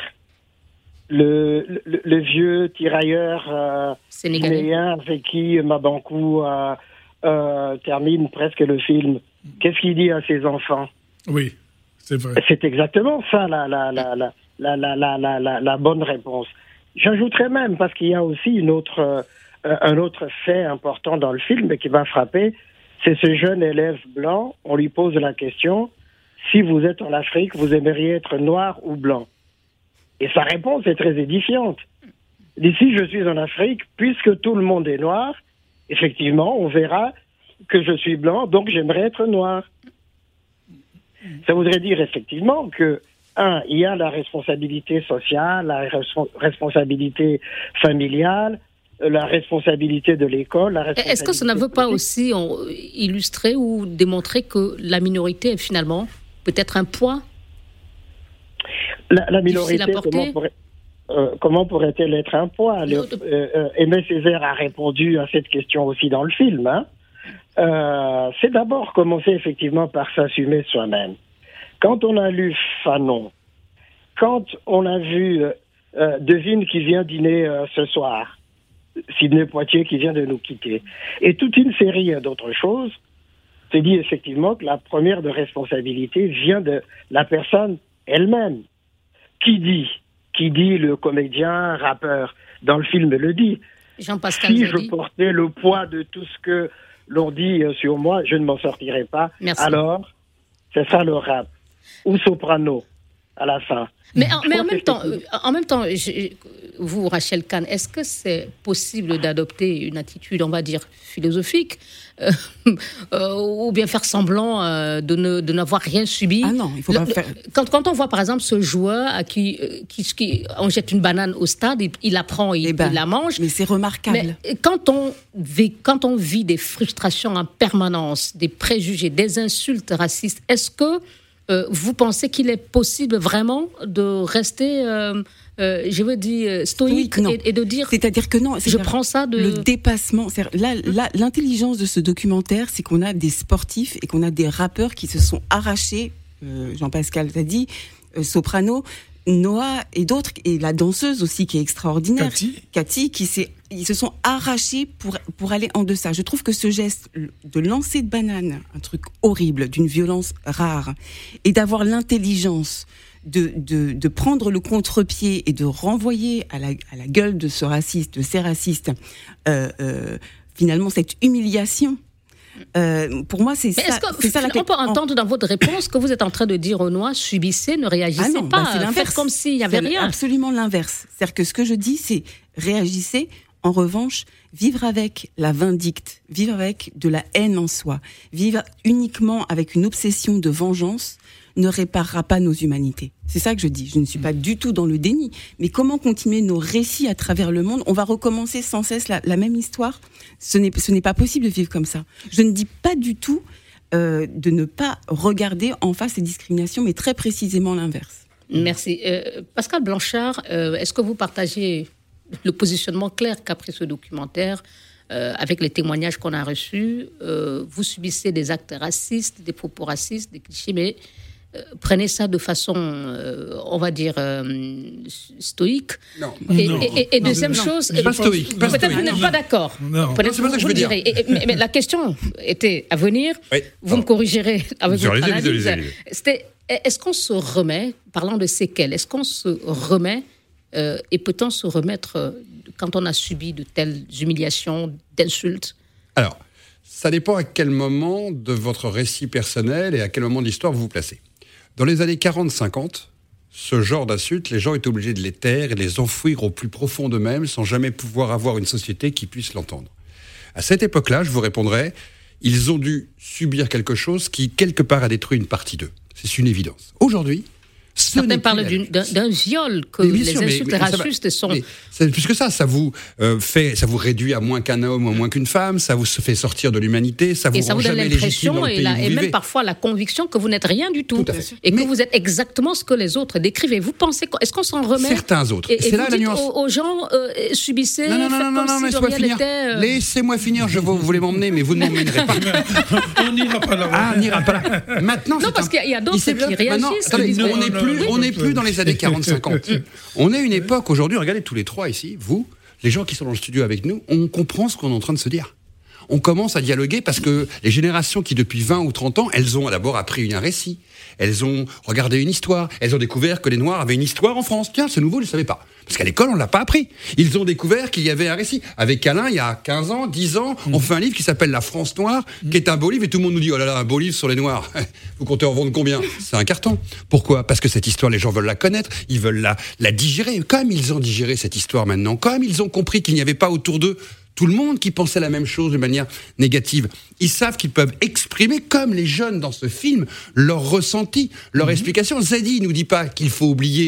Speaker 6: Le, le, le vieux tirailleur euh, guinéen avec qui Mabankou euh, euh, termine presque le film. Qu'est-ce qu'il dit à ses enfants?
Speaker 3: Oui, c'est vrai.
Speaker 6: C'est exactement ça la, la, la, la, la, la, la, la, la, la bonne réponse. J'ajouterais même, parce qu'il y a aussi une autre, euh, un autre fait important dans le film qui va frapper, c'est ce jeune élève blanc, on lui pose la question, si vous êtes en Afrique, vous aimeriez être noir ou blanc? Et sa réponse est très édifiante. D'ici, je suis en Afrique, puisque tout le monde est noir, effectivement, on verra que je suis blanc, donc j'aimerais être noir. Ça voudrait dire effectivement que, un, il y a la responsabilité sociale, la res- responsabilité familiale, la responsabilité de l'école, la responsabilité...
Speaker 2: Est-ce que ça ne veut pas aussi on, illustrer ou démontrer que la minorité est finalement peut-être un poids?
Speaker 6: La, la minorité, comment pourrait... euh, comment pourrait-elle être un poids? Le, euh, euh, Aimé Césaire a répondu à cette question aussi dans le film. Hein. Euh, c'est d'abord commencer effectivement par s'assumer soi-même. Quand on a lu Fanon, quand on a vu euh, Devine qui vient dîner euh, ce soir, Sidney Poitier qui vient de nous quitter, et toute une série d'autres choses, c'est dit effectivement que la première de responsabilité vient de la personne elle-même. Qui dit Qui dit le comédien, rappeur, dans le film le dit.
Speaker 2: Jean-Pascal
Speaker 6: Si
Speaker 2: Zadi.
Speaker 6: je portais le poids de tout ce que l'on dit sur moi, je ne m'en sortirais pas.
Speaker 2: Merci.
Speaker 6: Alors, ce sera le rap ou soprano à la fin.
Speaker 2: Mais en, mais en même temps, euh, en même temps, je, vous, Rachel Kahn, est-ce que c'est possible d'adopter une attitude, on va dire, philosophique, euh, euh, ou bien faire semblant euh, de, ne, de n'avoir rien subi?
Speaker 5: Ah non, il faut
Speaker 2: le,
Speaker 5: pas faire.
Speaker 2: Quand, quand on voit, par exemple, ce joueur à qui, euh, qui, qui on jette une banane au stade, il, il la prend, il,
Speaker 5: Eh ben,
Speaker 2: il la mange.
Speaker 5: Mais c'est remarquable.
Speaker 2: Mais quand on vit, quand on vit des frustrations en permanence, des préjugés, des insultes racistes, est-ce que Euh, vous pensez qu'il est possible vraiment de rester, euh, euh, je veux dire, stoïque,
Speaker 5: stoïque
Speaker 2: et, et de dire...
Speaker 5: C'est-à-dire que non,
Speaker 2: je prends ça de...
Speaker 5: Le dépassement, là, là, l'intelligence de ce documentaire, c'est qu'on a des sportifs et qu'on a des rappeurs qui se sont arrachés, euh, Jean-Pascal t'a dit, euh, soprano, Noah et d'autres, et la danseuse aussi qui est extraordinaire,
Speaker 3: Cathy,
Speaker 5: Cathy qui s'est, ils se sont arrachés pour, pour aller en deçà. Je trouve que ce geste de lancer de banane, un truc horrible, d'une violence rare, et d'avoir l'intelligence de, de, de prendre le contre-pied et de renvoyer à la, à la gueule de ce raciste, de ces racistes, euh, euh, finalement cette humiliation. Euh, pour moi, c'est
Speaker 2: Mais
Speaker 5: ça.
Speaker 2: est-ce que,
Speaker 5: c'est ça la...
Speaker 2: on peut entendre dans votre réponse que vous êtes en train de dire aux Noirs, subissez, ne réagissez
Speaker 5: ah non,
Speaker 2: pas,
Speaker 5: bah c'est l'inverse.
Speaker 2: faites comme s'il n'y avait
Speaker 5: c'est
Speaker 2: rien.
Speaker 5: Absolument l'inverse. C'est-à-dire que ce que je dis, c'est réagissez. En revanche, vivre avec la vindicte, vivre avec de la haine en soi, vivre uniquement avec une obsession de vengeance ne réparera pas nos humanités. C'est ça que je dis. Je ne suis pas du tout dans le déni. Mais comment continuer nos récits à travers le monde? On va recommencer sans cesse la, la même histoire. Ce n'est, ce n'est pas possible de vivre comme ça. Je ne dis pas du tout euh, de ne pas regarder en face ces discriminations, mais très précisément l'inverse.
Speaker 2: Merci. Euh, Pascal Blanchard, euh, est-ce que vous partagez le positionnement clair qu'a pris ce documentaire euh, avec les témoignages qu'on a reçus? euh, Vous subissez des actes racistes, des propos racistes, des clichés, mais Euh, prenez ça de façon, euh, on va dire, euh, stoïque.
Speaker 4: Non.
Speaker 2: Et,
Speaker 3: non.
Speaker 2: et, et, et deuxième
Speaker 5: non.
Speaker 2: chose...
Speaker 4: Pas stoïque, pas
Speaker 2: Peut-être
Speaker 4: stoïque.
Speaker 2: vous n'êtes pas d'accord.
Speaker 3: Non.
Speaker 2: Peut-être
Speaker 4: Non, c'est pas ça que je veux
Speaker 2: vous
Speaker 4: dire.
Speaker 2: direz. Et- et- mais, mais la question était à venir.
Speaker 4: Oui.
Speaker 2: Vous me corrigerez avec
Speaker 4: Sur
Speaker 2: votre
Speaker 4: les
Speaker 2: analyse.
Speaker 4: allez-y, allez-y.
Speaker 2: C'était, est-ce qu'on se remet, parlant de séquelles, est-ce qu'on se remet euh, et peut-on se remettre euh, quand on a subi de telles humiliations, d'insultes?
Speaker 4: Alors, ça dépend à quel moment de votre récit personnel et à quel moment de l'histoire vous vous placez. Dans les années quarante cinquante, ce genre d'insultes, les gens étaient obligés de les taire et de les enfouir au plus profond d'eux-mêmes sans jamais pouvoir avoir une société qui puisse l'entendre. À cette époque-là, je vous répondrais, ils ont dû subir quelque chose qui, quelque part, a détruit une partie d'eux. C'est une évidence. Aujourd'hui, ce
Speaker 2: Certains
Speaker 4: n'est plus
Speaker 2: parlent
Speaker 4: la
Speaker 2: d'une-
Speaker 4: même
Speaker 2: d'un,
Speaker 4: chose.
Speaker 2: d'un viol, que
Speaker 4: Mais bien
Speaker 2: les
Speaker 4: sûr, mais-
Speaker 2: insultes
Speaker 4: mais ça va-
Speaker 2: racistes sont...
Speaker 4: mais c'est plus que ça, ça vous euh, fait, ça vous réduit à moins qu'un homme ou à moins qu'une femme, ça vous fait sortir de l'humanité, ça vous
Speaker 2: Et ça
Speaker 4: rend
Speaker 2: vous donne
Speaker 4: jamais légitime dans
Speaker 2: l'impression
Speaker 4: le
Speaker 2: et,
Speaker 4: pays
Speaker 2: la-
Speaker 4: où vous
Speaker 2: et même
Speaker 4: vivez.
Speaker 2: parfois la conviction que vous n'êtes rien du tout.
Speaker 4: Tout à fait.
Speaker 2: Et que
Speaker 4: Mais-
Speaker 2: vous êtes exactement ce que les autres décrivent. Et vous pensez, qu- est-ce qu'on s'en remet?
Speaker 4: Certains autres.
Speaker 2: Et, et
Speaker 4: C'est
Speaker 2: vous
Speaker 4: là la
Speaker 2: dites
Speaker 4: nuance.
Speaker 2: aux, aux gens, euh, subissez,
Speaker 4: Non, non, non,
Speaker 2: faites
Speaker 4: non,
Speaker 2: comme
Speaker 4: non, non,
Speaker 2: si de
Speaker 4: laisse-moi
Speaker 2: rien
Speaker 4: finir.
Speaker 2: n'était, euh,
Speaker 4: Laissez-moi finir, je vous, vous voulez m'emmener, mais vous ne m'emmènerez pas.
Speaker 3: On n'ira pas là-bas.
Speaker 4: Ah, on n'ira pas là. Maintenant,
Speaker 2: Non,
Speaker 4: c'est
Speaker 2: parce
Speaker 4: un-
Speaker 2: qu'il y a- il y a d'autres
Speaker 4: il s'est
Speaker 2: qui
Speaker 4: bien-
Speaker 2: réagissent,
Speaker 4: Maintenant,
Speaker 2: qui
Speaker 4: attendez,
Speaker 2: disent,
Speaker 4: on
Speaker 3: oui,
Speaker 4: n'est
Speaker 3: non,
Speaker 4: plus,
Speaker 3: non,
Speaker 4: on
Speaker 3: non,
Speaker 4: n'est
Speaker 3: non.
Speaker 4: plus dans les années quarante cinquante. On est une époque aujourd'hui, regardez tous les trois ici, vous, les gens qui sont dans le studio avec nous, on comprend ce qu'on est en train de se dire. On commence à dialoguer parce que les générations qui, depuis vingt ou trente ans, elles ont d'abord appris un récit, elles ont regardé une histoire, elles ont découvert que les Noirs avaient une histoire en France. Tiens, c'est nouveau, ils ne le savaient pas. Parce qu'à l'école, on ne l'a pas appris. Ils ont découvert qu'il y avait un récit. Avec Alain, il y a quinze ans, dix ans, on fait un livre qui s'appelle La France Noire, qui est un beau livre, et tout le monde nous dit, oh là là, un beau livre sur les Noirs. Vous comptez en vendre combien? C'est un carton. Pourquoi? Parce que cette histoire, les gens veulent la connaître, ils veulent la, la digérer. Comme ils ont digéré cette histoire maintenant, comme ils ont compris qu'il n'y avait pas autour d'eux tout le monde qui pensait la même chose de manière négative. Ils savent qu'ils peuvent exprimer, comme les jeunes dans ce film, leur ressenti, leur explication. Zadi ne nous dit pas qu'il faut oublier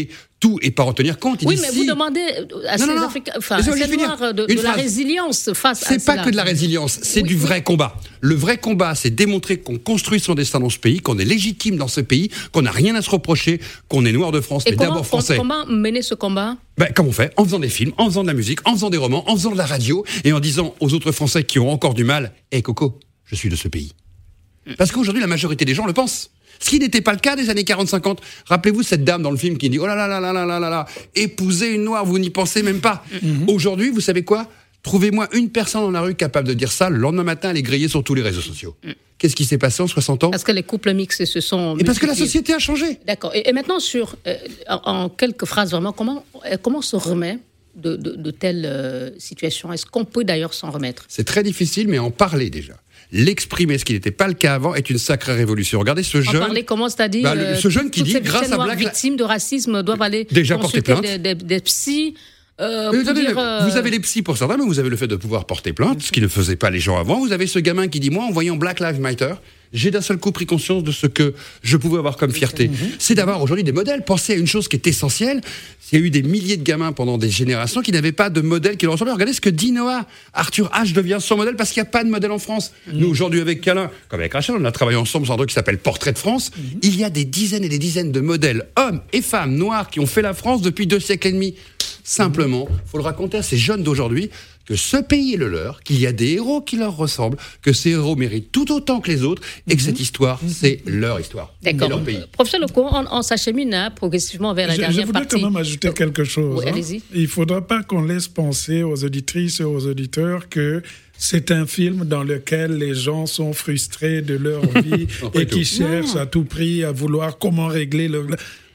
Speaker 4: tout et pas en tenir compte. Il
Speaker 2: oui,
Speaker 4: dit,
Speaker 2: mais
Speaker 4: si...
Speaker 2: vous demandez à
Speaker 4: non,
Speaker 2: ces
Speaker 4: non, non.
Speaker 2: Africains, enfin,
Speaker 4: ces
Speaker 2: Noirs de, de la résilience face
Speaker 4: c'est
Speaker 2: à
Speaker 4: C'est pas
Speaker 2: cela.
Speaker 4: que de la résilience, c'est
Speaker 2: oui,
Speaker 4: du vrai
Speaker 2: oui.
Speaker 4: combat. Le vrai combat, c'est démontrer qu'on construit son destin dans ce pays, qu'on est légitime dans ce pays, qu'on n'a rien à se reprocher, qu'on est noir de France,
Speaker 2: et
Speaker 4: mais
Speaker 2: comment,
Speaker 4: d'abord français.
Speaker 2: Comment mener ce combat ?
Speaker 4: Ben, comme on fait, en faisant des films, en faisant de la musique, en faisant des romans, en faisant de la radio, et en disant aux autres Français qui ont encore du mal, hé hey, Coco, je suis de ce pays. Parce qu'aujourd'hui, la majorité des gens le pensent. Ce qui n'était pas le cas des années quarante cinquante. Rappelez-vous cette dame dans le film qui dit « Oh là là là là là là là là, épouser une noire, vous n'y pensez même pas. Mm-hmm. » Aujourd'hui, vous savez quoi ? Trouvez-moi une personne dans la rue capable de dire ça, le lendemain matin, elle est grillée sur tous les réseaux sociaux. Mm. Qu'est-ce qui s'est passé en soixante ans ?
Speaker 2: Parce que les couples mixtes se sont...
Speaker 4: Et parce que la société a changé.
Speaker 2: D'accord. Et, et maintenant, sur, euh, en, en quelques phrases, vraiment, comment, euh, comment on se remet de, de, de telles euh, situations ? Est-ce qu'on peut d'ailleurs s'en remettre ?
Speaker 4: C'est très difficile, mais en parler déjà. L'exprimer, ce qui n'était pas le cas avant, est une sacrée révolution. Regardez ce jeune...
Speaker 2: En parler, comment c'est-à-dire
Speaker 4: bah, le, Ce jeune qui dit, grâce à Black...
Speaker 2: victimes de racisme doivent aller
Speaker 4: déjà porter plainte.
Speaker 2: Des, des, des psys... Euh,
Speaker 4: mais attendez,
Speaker 2: dire, euh...
Speaker 4: Vous avez les psys pour certains, mais vous avez le fait de pouvoir porter plainte, ce qui ne faisait pas les gens avant. Vous avez ce gamin qui dit, moi, en voyant Black Lives Matter, j'ai d'un seul coup pris conscience de ce que je pouvais avoir comme fierté. Mm-hmm. C'est d'avoir aujourd'hui des modèles. Pensez à une chose qui est essentielle. Il y a eu des milliers de gamins pendant des générations qui n'avaient pas de modèle qui leur ressemblait. Regardez ce que dit Noah. Arthur H devient son modèle parce qu'il n'y a pas de modèle en France. Mm-hmm. Nous, aujourd'hui, avec Calin, comme avec Rachel, on a travaillé ensemble sur un truc qui s'appelle Portrait de France. Mm-hmm. Il y a des dizaines et des dizaines de modèles, hommes et femmes noirs, qui ont fait la France depuis deux siècles et demi. Simplement, il faut le raconter à ces jeunes d'aujourd'hui que ce pays est le leur, qu'il y a des héros qui leur ressemblent, que ces héros méritent tout autant que les autres, et que cette histoire, c'est leur histoire,
Speaker 2: D'accord.
Speaker 4: et leur pays.
Speaker 2: Professeur Lecaud, on, on s'achemine hein, progressivement vers la
Speaker 3: je,
Speaker 2: dernière
Speaker 3: je voudrais
Speaker 2: partie.
Speaker 3: quand même ajouter quelque chose.
Speaker 2: Oui,
Speaker 3: hein.
Speaker 2: allez-y.
Speaker 3: Il ne faudra pas qu'on laisse penser aux auditrices et aux auditeurs que c'est un film dans lequel les gens sont frustrés de leur vie et qui cherchent non. à tout prix à vouloir comment régler le...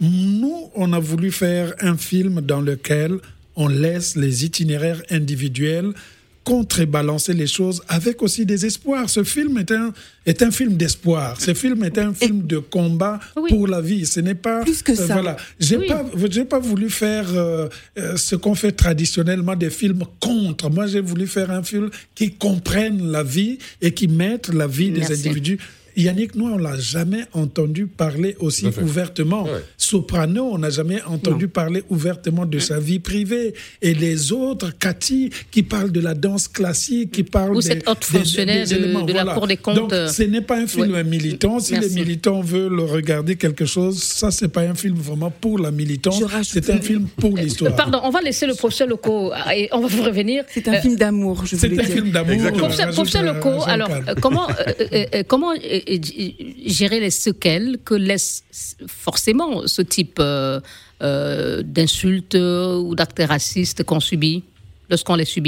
Speaker 3: Nous, on a voulu faire un film dans lequel on laisse les itinéraires individuels contrebalancer les choses avec aussi des espoirs. Ce film est un, est un film d'espoir. Ce film est un film de combat oui. pour la vie. Ce n'est pas...
Speaker 5: Plus que
Speaker 3: euh,
Speaker 5: ça.
Speaker 3: Voilà. J'ai
Speaker 2: oui.
Speaker 3: pas, j'ai pas voulu faire euh, euh, ce qu'on fait traditionnellement, des films contre. Moi, j'ai voulu faire un film qui comprenne la vie et qui mette la vie des
Speaker 2: Merci.
Speaker 3: individus. Yannick, nous, on ne l'a jamais entendu parler aussi ouvertement. Ouais. Soprano, on n'a jamais entendu non. parler ouvertement de sa vie privée. Et les autres, Cathy, qui parle de la danse classique, qui parle
Speaker 2: Ou
Speaker 3: des,
Speaker 2: cette haute fonctionnaire de, de voilà. la Cour des comptes.
Speaker 3: Donc, ce n'est pas un film ouais. militant. Si
Speaker 2: Merci.
Speaker 3: les militants veulent regarder quelque chose, ça, ce n'est pas un film vraiment pour la militance. C'est un film pour l'histoire.
Speaker 2: Pardon, on va laisser le professeur Lecaud et on va vous revenir.
Speaker 5: C'est un euh, film d'amour, je voulais dire.
Speaker 3: C'est un film d'amour.
Speaker 2: Professeur, professeur Lecaud, alors, euh, comment... Euh, euh, comment euh, gérer les séquelles que laisse forcément ce type euh, euh, d'insultes ou d'actes racistes qu'on subit, lorsqu'on les subit ?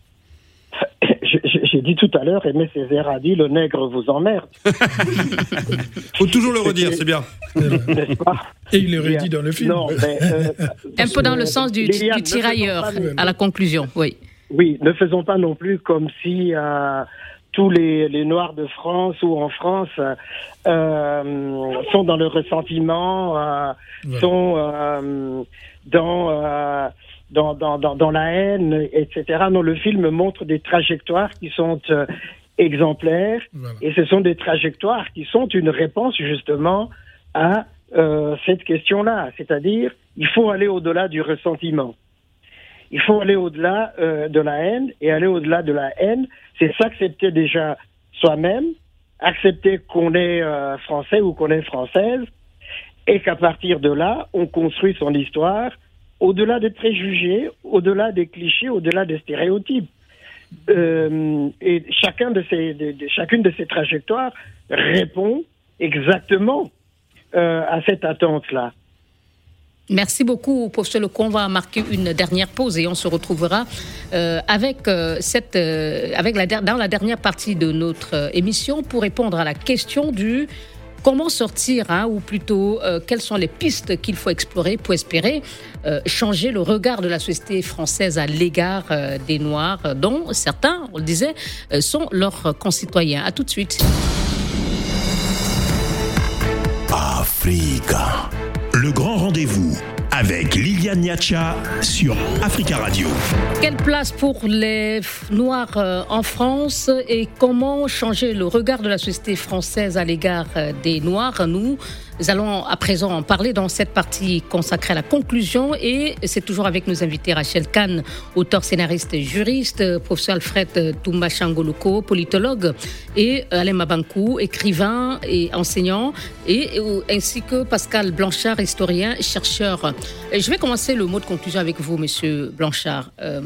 Speaker 6: J'ai dit tout à l'heure, Aimé Césaire a dit « le nègre vous emmerde ».
Speaker 4: Faut toujours le redire, c'est bien.
Speaker 6: N'est-ce pas ?
Speaker 3: Et il le redit dans le film.
Speaker 6: Non, mais, euh,
Speaker 2: Un peu dans le sens du,
Speaker 6: Liliane,
Speaker 2: du tirailleur,
Speaker 6: pas,
Speaker 2: à la conclusion, oui.
Speaker 6: Oui, ne faisons pas non plus comme si... Euh, tous les, les Noirs de France ou en France euh, sont dans le ressentiment, euh, ouais. sont euh, dans, euh, dans, dans, dans, dans la haine, et cetera. Non, le film montre des trajectoires qui sont euh, exemplaires, voilà. Et ce sont des trajectoires qui sont une réponse justement à euh, cette question-là. C'est-à-dire, il faut aller au-delà du ressentiment. Il faut aller au-delà euh, de la haine, et aller au-delà de la haine, c'est s'accepter déjà soi-même, accepter qu'on est euh, français ou qu'on est française, et qu'à partir de là, on construit son histoire au-delà des préjugés, au-delà des clichés, au-delà des stéréotypes. Euh, et chacun de ces, de, de, chacune de ces trajectoires répond exactement euh, à cette attente-là.
Speaker 2: Merci beaucoup, professeur Lecaud. On va marquer une dernière pause et on se retrouvera euh, avec euh, cette, euh, avec la, dans la dernière partie de notre euh, émission pour répondre à la question du comment sortir, hein, ou plutôt euh, quelles sont les pistes qu'il faut explorer pour espérer euh, changer le regard de la société française à l'égard euh, des Noirs, dont certains, on le disait, euh, sont leurs concitoyens. À tout de suite.
Speaker 1: Africa. Le grand rendez-vous avec Liliane Niacha sur Africa Radio.
Speaker 2: Quelle place pour les Noirs euh, en France et comment changer le regard de la société française à l'égard euh, des Noirs ? Nous allons à présent en parler dans cette partie consacrée à la conclusion et c'est toujours avec nos invités Rachel Kane, auteur, scénariste, juriste, professeur Alfred Toumba Changoloko, politologue et Alain Mabankou, écrivain et enseignant et, ainsi que Pascal Blanchard, historien et chercheur. Je vais commencer le mot de conclusion avec vous, Monsieur Blanchard. Euh,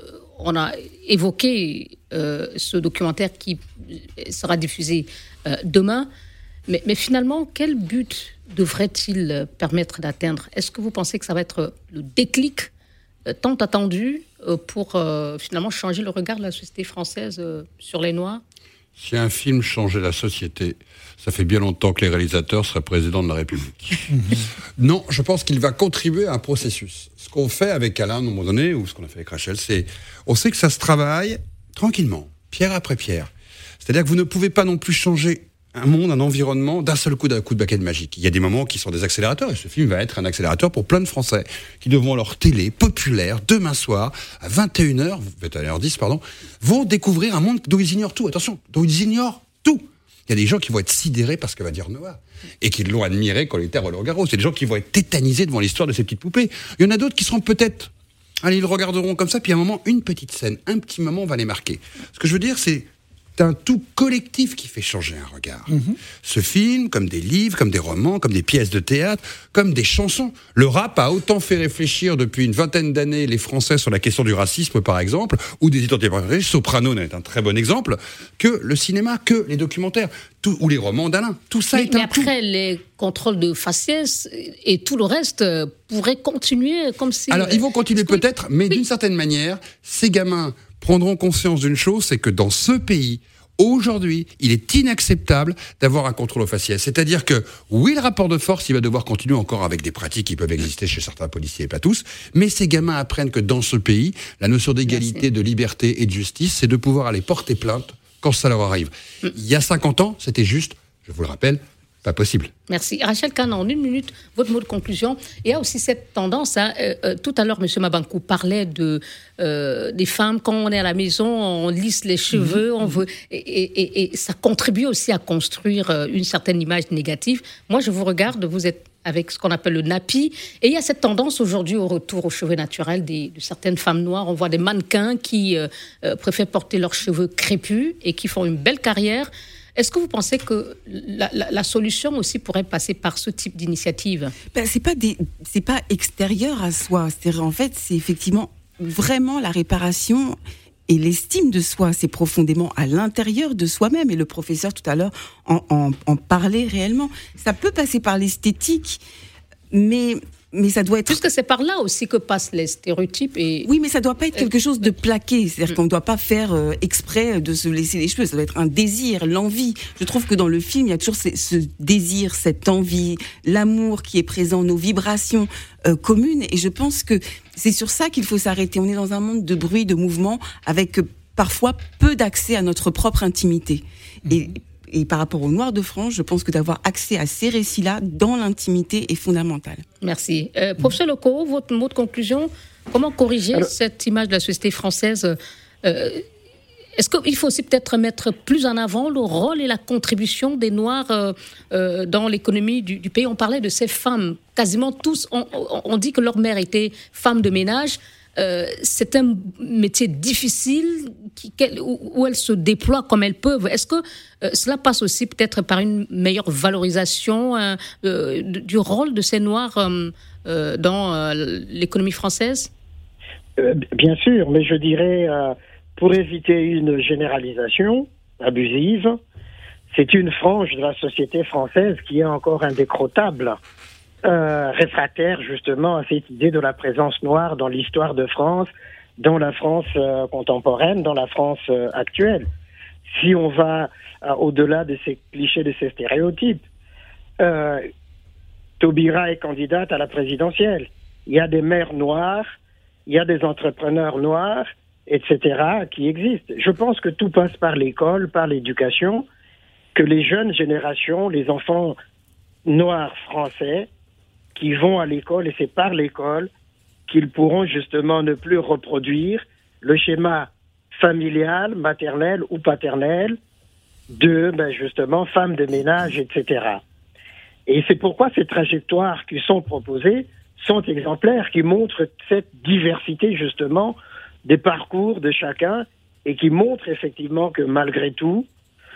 Speaker 2: on a évoqué euh, ce documentaire qui sera diffusé euh, demain. Mais, mais finalement, quel but devrait-il permettre d'atteindre ? Est-ce que vous pensez que ça va être le déclic euh, tant attendu euh, pour euh, finalement changer le regard de la société française euh, sur les Noirs ?
Speaker 4: Si un film changeait la société, ça fait bien longtemps que les réalisateurs seraient présidents de la République. Non, je pense qu'il va contribuer à un processus. Ce qu'on fait avec Alain, à un moment donné, ou ce qu'on a fait avec Rachel, c'est... On sait que ça se travaille tranquillement, pierre après pierre. C'est-à-dire que vous ne pouvez pas non plus changer un monde, un environnement, d'un seul coup, d'un coup de baguette magique. Il y a des moments qui sont des accélérateurs, et ce film va être un accélérateur pour plein de Français qui, devant leur télé populaire, demain soir, à vingt et une heures, vingt et une heures dix, pardon, vont découvrir un monde dont ils ignorent tout. Attention, dont ils ignorent tout. Il y a des gens qui vont être sidérés par ce que va dire Noah, et qui l'ont admiré quand il était à Roland-Garros. Il y a des gens qui vont être tétanisés devant l'histoire de ces petites poupées. Il y en a d'autres qui seront peut-être... Allez, ils le regarderont comme ça, puis à un moment, une petite scène, un petit moment va les marquer. Ce que je veux dire, c'est... C'est un tout collectif qui fait changer un regard. Mmh. Ce film, comme des livres, comme des romans, comme des pièces de théâtre, comme des chansons. Le rap a autant fait réfléchir depuis une vingtaine d'années les Français sur la question du racisme, par exemple, ou des identités partagées. Soprano est un très bon exemple, que le cinéma, que les documentaires, tout, ou les romans d'Alain. Tout ça
Speaker 2: mais,
Speaker 4: est un
Speaker 2: mais après,
Speaker 4: tout.
Speaker 2: Les contrôles de faciès et tout le reste pourraient continuer comme si...
Speaker 4: Alors, ils vont continuer peut-être, mais oui. D'une certaine manière, ces gamins prendront conscience d'une chose, c'est que dans ce pays, aujourd'hui, il est inacceptable d'avoir un contrôle au faciès. C'est-à-dire que, oui, le rapport de force, il va devoir continuer encore avec des pratiques qui peuvent exister chez certains policiers et pas tous, mais ces gamins apprennent que dans ce pays, la notion d'égalité, de liberté et de justice, c'est de pouvoir aller porter plainte quand ça leur arrive. Mm. Il y a cinquante ans, c'était juste, je vous le rappelle, pas possible.
Speaker 2: Merci. Rachel Kane, en une minute, votre mot de conclusion. Il y a aussi cette tendance, hein, euh, tout à l'heure, M. Mabankou parlait de, euh, des femmes, quand on est à la maison, on lisse les cheveux, mmh. on veut, et, et, et ça contribue aussi à construire une certaine image négative. Moi, je vous regarde, vous êtes avec ce qu'on appelle le nappy, et il y a cette tendance aujourd'hui au retour aux cheveux naturels des, de certaines femmes noires. On voit des mannequins qui euh, euh, préfèrent porter leurs cheveux crépus et qui font une belle carrière. Est-ce que vous pensez que la, la, la solution aussi pourrait passer par ce type d'initiative ?
Speaker 5: Ben, c'est pas des, c'est pas extérieur à soi. C'est en fait, c'est effectivement vraiment la réparation et l'estime de soi. C'est profondément à l'intérieur de soi-même. Et le professeur tout à l'heure en, en, en parlait réellement. Ça peut passer par l'esthétique, mais mais ça doit être...
Speaker 2: Puisque c'est par là aussi que passent les stéréotypes. Et...
Speaker 5: Oui, mais ça ne doit pas être quelque chose de plaqué. C'est-à-dire qu'on ne doit pas faire euh, exprès de se laisser les cheveux. Ça doit être un désir, l'envie. Je trouve que dans le film, il y a toujours ce, ce désir, cette envie, l'amour qui est présent, nos vibrations euh, communes. Et je pense que c'est sur ça qu'il faut s'arrêter. On est dans un monde de bruit, de mouvement, avec euh, parfois peu d'accès à notre propre intimité. Mmh. Et Et par rapport aux Noirs de France, je pense que d'avoir accès à ces récits-là dans l'intimité est fondamental.
Speaker 2: Merci. Euh, professeur Loko, votre mot de conclusion, comment corriger Alors, cette image de la société française euh, Est-ce qu'il faut aussi peut-être mettre plus en avant le rôle et la contribution des Noirs euh, euh, dans l'économie du, du pays ? On parlait de ces femmes, quasiment tous, on, on dit que leur mère était femme de ménage. Euh, c'est un métier difficile qui, où, où elles se déploient comme elles peuvent. Est-ce que euh, cela passe aussi peut-être par une meilleure valorisation euh, euh, du rôle de ces Noirs euh, euh, dans euh, l'économie française ?
Speaker 6: euh, Bien sûr, mais je dirais, euh, pour éviter une généralisation abusive, c'est une frange de la société française qui est encore indécrottable. Euh, réfractaire justement à cette idée de la présence noire dans l'histoire de France, dans la France euh, contemporaine, dans la France euh, actuelle. Si on va euh, au-delà de ces clichés, de ces stéréotypes, euh, Taubira est candidate à la présidentielle. Il y a des maires noirs, il y a des entrepreneurs noirs, et cetera, qui existent. Je pense que tout passe par l'école, par l'éducation, que les jeunes générations, les enfants noirs français, qui vont à l'école, et c'est par l'école qu'ils pourront justement ne plus reproduire le schéma familial, maternel ou paternel de, ben justement, femmes de ménage, et cetera. Et c'est pourquoi ces trajectoires qui sont proposées sont exemplaires, qui montrent cette diversité justement des parcours de chacun et qui montrent effectivement que malgré tout,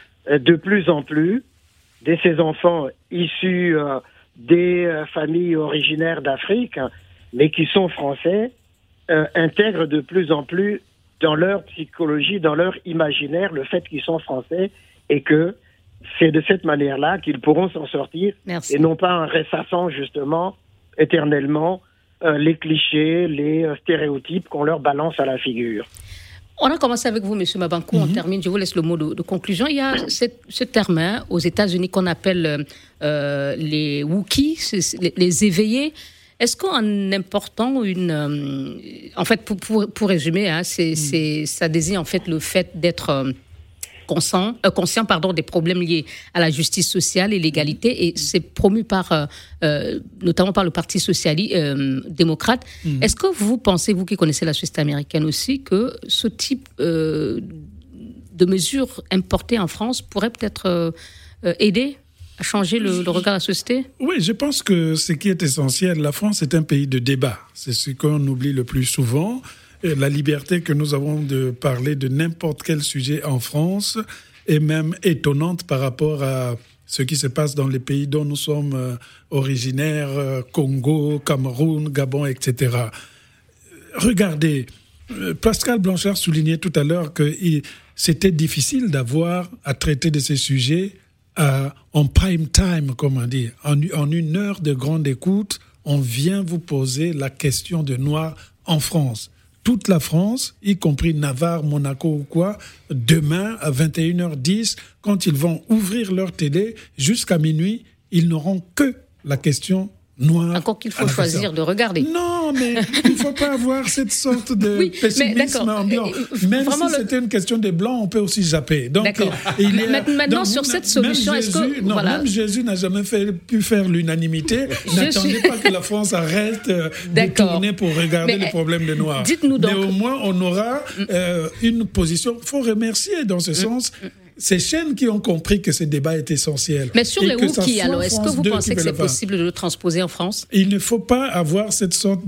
Speaker 6: de plus en plus, de ces enfants issus euh, des euh, familles originaires d'Afrique, mais qui sont français, euh, intègrent de plus en plus dans leur psychologie, dans leur imaginaire, le fait qu'ils sont français et que c'est de cette manière-là qu'ils pourront s'en sortir.
Speaker 2: Merci.
Speaker 6: Et non pas en ressassant justement éternellement euh, les clichés, les euh, stéréotypes qu'on leur balance à la figure.
Speaker 2: On a commencé avec vous, M. Mabankou, mm-hmm. on termine, je vous laisse le mot de, de conclusion. Il y a cette, ce terme hein, aux États-Unis qu'on appelle euh, les Wookiees, les, les éveillés. Est-ce qu'en important une... Euh, en fait, pour, pour, pour résumer, hein, c'est, mm. c'est, ça désigne en fait le fait d'être... Euh, Conscient, euh, conscient pardon, des problèmes liés à la justice sociale et l'égalité, et c'est promu par, euh, euh, notamment par le Parti socialiste euh, démocrate. Mmh. Est-ce que vous pensez, vous qui connaissez la société américaine aussi, que ce type euh, de mesures importées en France pourrait peut-être euh, aider à changer le, le regard de la société ?
Speaker 3: Oui, je pense que ce qui est essentiel, la France est un pays de débat. C'est ce qu'on oublie le plus souvent. La liberté que nous avons de parler de n'importe quel sujet en France est même étonnante par rapport à ce qui se passe dans les pays dont nous sommes euh, originaires, euh, Congo, Cameroun, Gabon, et cetera. Regardez, euh, Pascal Blanchard soulignait tout à l'heure que il, c'était difficile d'avoir à traiter de ces sujets euh, en prime time, comme on dit. En, en une heure de grande écoute, on vient vous poser la question de Noirs en France. Toute la France, y compris Navarre, Monaco ou quoi, demain à vingt et une heures dix, quand ils vont ouvrir leur télé, jusqu'à minuit, ils n'auront que la question noire.
Speaker 2: Encore qu'il faut choisir de regarder.
Speaker 3: Non, mais il ne faut pas avoir cette sorte de oui, pessimisme ambiant. Même Vraiment si le... c'était une question des Blancs, on peut aussi zapper. Donc,
Speaker 2: d'accord. Il y a... Maintenant, donc, sur cette solution,
Speaker 3: Jésus,
Speaker 2: est-ce que...
Speaker 3: Non,
Speaker 2: voilà.
Speaker 3: même Jésus n'a jamais fait, pu faire l'unanimité. N'attendez suis... pas que la France arrête euh, de tourner pour regarder mais, les problèmes des Noirs.
Speaker 2: Dites-nous donc...
Speaker 3: Mais au moins, on aura euh, une position... Il faut remercier dans ce sens... Ces chaînes qui ont compris que ce débat est essentiel.
Speaker 2: Mais sur les Wookiees, alors, est-ce que vous pensez que c'est possible de le transposer en France ?
Speaker 3: Il ne faut pas avoir cette sorte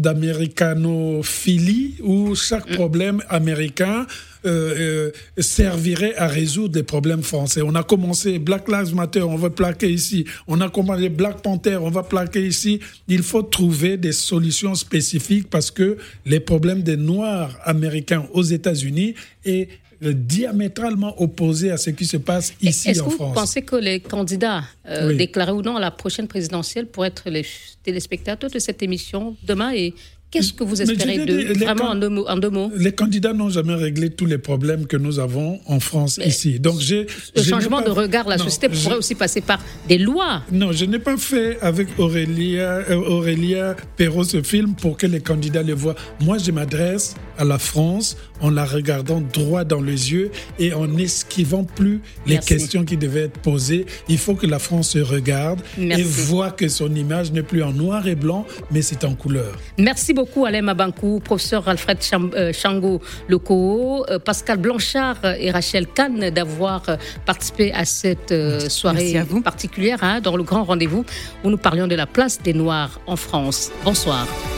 Speaker 3: d'américanophilie où chaque mm. problème américain euh, euh, servirait à résoudre des problèmes français. On a commencé Black Lives Matter, on va plaquer ici. On a commencé Black Panther, on va plaquer ici. Il faut trouver des solutions spécifiques parce que les problèmes des Noirs américains aux États-Unis est diamétralement opposé à ce qui se passe ici en France.
Speaker 2: Est-ce que vous pensez que les candidats euh, oui. déclarés ou non à la prochaine présidentielle pourraient être les téléspectateurs de cette émission demain et qu'est-ce que vous espérez d'eux, vraiment can... en, deux mots, en deux mots?
Speaker 3: Les candidats n'ont jamais réglé tous les problèmes que nous avons en France mais ici. Donc j'ai,
Speaker 2: le
Speaker 3: je
Speaker 2: changement
Speaker 3: pas...
Speaker 2: de regard de la non, société je... pourrait aussi passer par des lois.
Speaker 3: Non, je n'ai pas fait avec Aurélia, euh, Aurélia Perrault ce film pour que les candidats le voient. Moi, je m'adresse à la France en la regardant droit dans les yeux et en n'esquivant plus les Merci. questions qui devaient être posées. Il faut que la France se regarde Merci. et voit que son image n'est plus en noir et blanc, mais c'est en couleur.
Speaker 2: Merci beaucoup. beaucoup Alain Mabankou, professeur Alfred Chango Lokoo, Pascal Blanchard et Rachel Kahn d'avoir participé à cette soirée particulière hein, dans le grand rendez-vous où nous parlions de la place des Noirs en France. Bonsoir.